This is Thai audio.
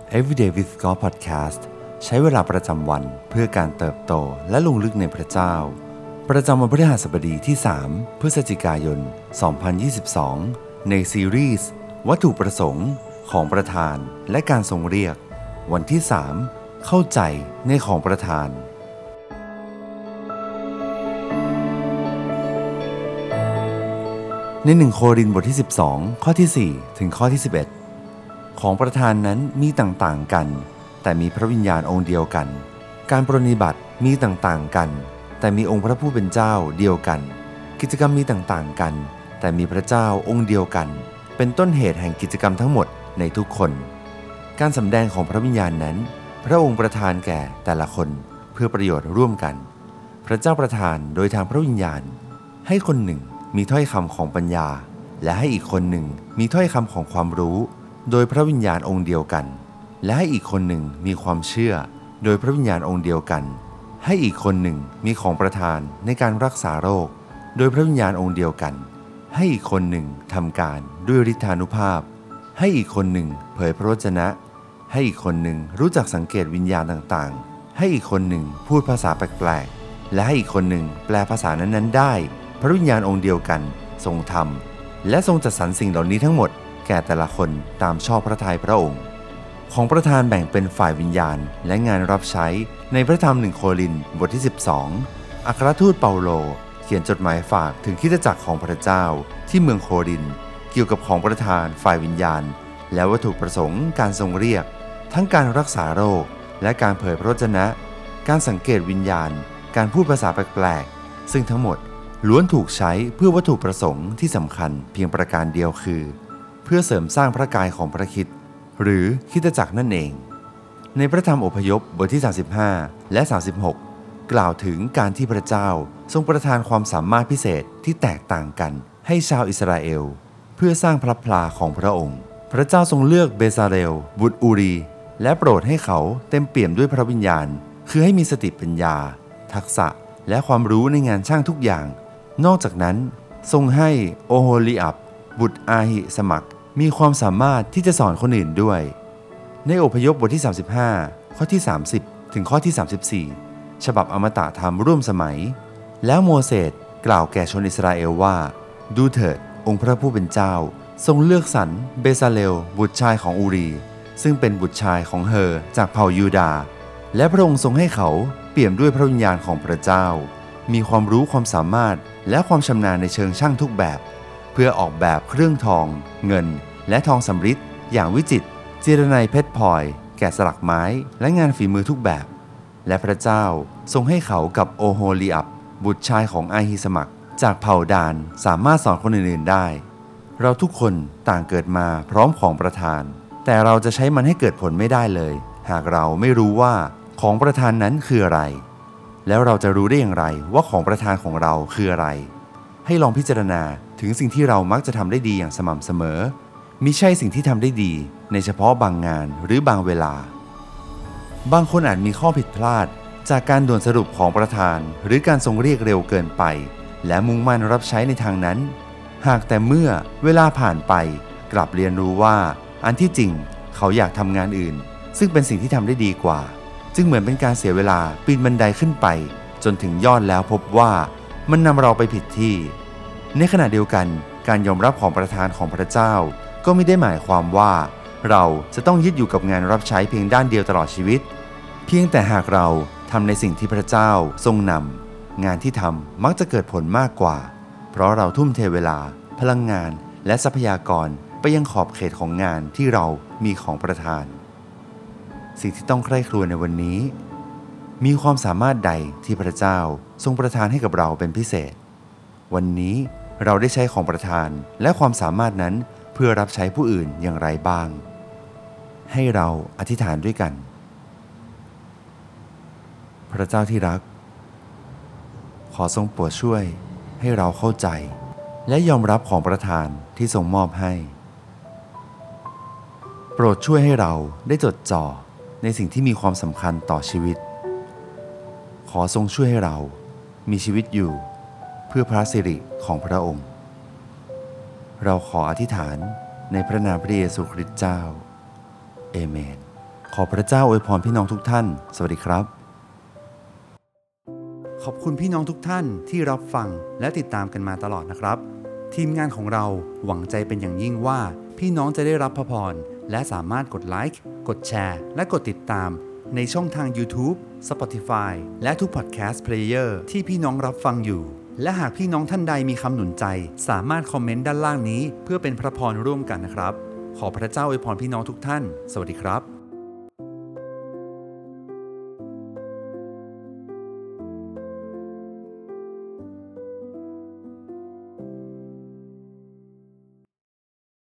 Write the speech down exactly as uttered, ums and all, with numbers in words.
Everyday with God Podcast ใช้เวลาประจำวันเพื่อการเติบโตและลงลึกในพระเจ้าประจำวันพฤหัสบดีที่สามพฤศจิกายนสองพันยี่สิบสองในซีรีส์วัตถุประสงค์ของประธานและการทรงเรียกวันที่สามเข้าใจในของประธานในหนึ่งโครินธ์บทที่สิบสองข้อที่สี่ถึงข้อที่สิบเอ็ดของประธานนั้นมีต่างๆกันแต่มีพระวิญญาณองค์เดียวกันการปรนนิบัติมีต่างๆกันแต่มีองค์พระผู้เป็นเจ้าเดียวกันกิจกรรมมีต่างๆกันแต่มีพระเจ้าองค์เดียวกันเป็นต้นเหตุแห่งกิจกรรมทั้งหมดในทุกคนการสำแดงของพระวิญญาณนั้นพระองค์ประทานแก่แต่ละคนเพื่อประโยชน์ร่วมกันพระเจ้าประทานโดยทางพระวิญญาณให้คนหนึ่งมีถ้อยคำของปัญญาและให้อีกคนหนึ่งมีถ้อยคำของความรู้โดยพระวิญญาณองค์เดียวกันและให้อีกคนหนึ่งมีความเชื่อโดยพระวิญญาณองค์เดียวกันให้อีกคนหนึ่งมีของประทานในการรักษาโรคโดยพระวิญญาณองค์เดียวกันให้อีกคนหนึ่งทำการด้วยฤทธานุภาพให้อีกคนหนึ่งเผยพระวจนะให้อีกคนหนึ่งรู้จักสังเกตวิญญาณต่างๆให้อีกคนหนึ่งพูดภาษาแปลกๆและให้อีกคนหนึ่งแปลภาษานั้นๆได้พระวิญญาณองค์เดียวกันทรงทำและทรงจัดสรรสิ่งเหล่านี้ทั้งหมดแก่แต่ละคนตามชอบพระทัยพระองค์ของประธานแบ่งเป็นฝ่ายวิญญาณและงานรับใช้ในพระธรรมหนึ่งโครินธ์บทที่สิบสองอัครทูตเปาโลเขียนจดหมายฝากถึงคริสตจักรของพระเจ้าที่เมืองโครินธ์เกี่ยวกับของประธานฝ่ายวิญญาณและวัตถุประสงค์การทรงเรียกทั้งการรักษาโรคและการเผยพระวจนะการสังเกตวิญญาณการพูดภาษาแปลกๆซึ่งทั้งหมดล้วนถูกใช้เพื่อวัตถุประสงค์ที่สำคัญเพียงประการเดียวคือเพื่อเสริมสร้างพระกายของพระคริสต์หรือคริสตจักรนั่นเองในพระธรรมอพยพบทที่สามสิบห้าและสามสิบหกกล่าวถึงการที่พระเจ้าทรงประทานความสามารถพิเศษที่แตกต่างกันให้ชาวอิสราเอลเพื่อสร้างพระพลาของพระองค์พระเจ้าทรงเลือกเบซาเรลบุตรอูรีและโปรดให้เขาเต็มเปี่ยมด้วยพระวิญญาณคือให้มีสติปัญญาทักษะและความรู้ในงานช่างทุกอย่างนอกจากนั้นทรงให้โอโฮลีอับบุตรอาหิสมักมีความสามารถที่จะสอนคนอื่นด้วยในอพยพบทที่สามสิบห้าข้อที่สามสิบถึงข้อที่สามสิบสี่ฉบับอมตะธรรมร่วมสมัยแล้วโมเสสกล่าวแก่ชนอิสราเอลว่าดูเถิดองค์พระผู้เป็นเจ้าทรงเลือกสรรเบซาเลลบุตรชายของอูรีซึ่งเป็นบุตรชายของเฮอจากเผ่ายูดาห์และพระองค์ทรงให้เขาเปี่ยมด้วยพระวิญญาณของพระเจ้ามีความรู้ความสามารถและความชำนาญในเชิงช่างทุกแบบเพื่อออกแบบเครื่องทองเงินและทองสำริดอย่างวิจิตรจิรนัยเพชรพลอยแกะสลักไม้และงานฝีมือทุกแบบและพระเจ้าทรงให้เขากับโอโฮลีอับบุตรชายของอาฮิสมักจากเผ่าดานสามารถสอนคนอื่นๆได้เราทุกคนต่างเกิดมาพร้อมของประทานแต่เราจะใช้มันให้เกิดผลไม่ได้เลยหากเราไม่รู้ว่าของประทานนั้นคืออะไรแล้วเราจะรู้ได้อย่างไรว่าของประทานของเราคืออะไรให้ลองพิจารณาถึงสิ่งที่เรามักจะทำได้ดีอย่างสม่ำเสมอมิใช่สิ่งที่ทำได้ดีในเฉพาะบางงานหรือบางเวลาบางคนอาจมีข้อผิดพลาดจากการด่วนสรุปของประธานหรือการทรงเรียกเร็วเกินไปและมุ่งมั่นรับใช้ในทางนั้นหากแต่เมื่อเวลาผ่านไปกลับเรียนรู้ว่าอันที่จริงเขาอยากทำงานอื่นซึ่งเป็นสิ่งที่ทำได้ดีกว่าจึงเหมือนเป็นการเสียเวลาปีนบันไดขึ้นไปจนถึงยอดแล้วพบว่ามันนำเราไปผิดที่ในขณะเดียวกันการยอมรับของประทานของพระเจ้าก็ไม่ได้หมายความว่าเราจะต้องยึดอยู่กับงานรับใช้เพียงด้านเดียวตลอดชีวิตเพียงแต่หากเราทำในสิ่งที่พระเจ้าทรงนำงานที่ทำมักจะเกิดผลมากกว่าเพราะเราทุ่มเทเวลาพลังงานและทรัพยากรไปยังขอบเขตของงานที่เรามีของประทานสิ่งที่ต้องใคร่ครวญในวันนี้มีความสามารถใดที่พระเจ้าทรงประทานให้กับเราเป็นพิเศษวันนี้เราได้ใช้ของประทานและความสามารถนั้นเพื่อรับใช้ผู้อื่นอย่างไรบ้างให้เราอธิษฐานด้วยกันพระเจ้าที่รักขอทรงโปรดช่วยให้เราเข้าใจและยอมรับของประทานที่ทรงมอบให้โปรดช่วยให้เราได้จดจ่อในสิ่งที่มีความสำคัญต่อชีวิตขอทรงช่วยให้เรามีชีวิตอยู่เพื่อพระสิริของพระองค์เราขออธิษฐานในพระนามพระเยซูคริสต์เจ้าเอเมนขอพระเจ้าอวยพรพี่น้องทุกท่าน สวัสดีครับขอบคุณพี่น้องทุกท่านที่รับฟังและติดตามกันมาตลอดนะครับทีมงานของเราหวังใจเป็นอย่างยิ่งว่าพี่น้องจะได้รับพระพรและสามารถกดไลค์กดแชร์และกดติดตามในช่องทาง YouTube Spotify และทุก Podcast Player ที่พี่น้องรับฟังอยู่และหากพี่น้องท่านใดมีคำหนุนใจสามารถคอมเมนต์ด้านล่างนี้เพื่อเป็นพระพรร่วมกันนะครับขอพระเจ้าอวยพรพี่น้องทุกท่านสวัสดีครับ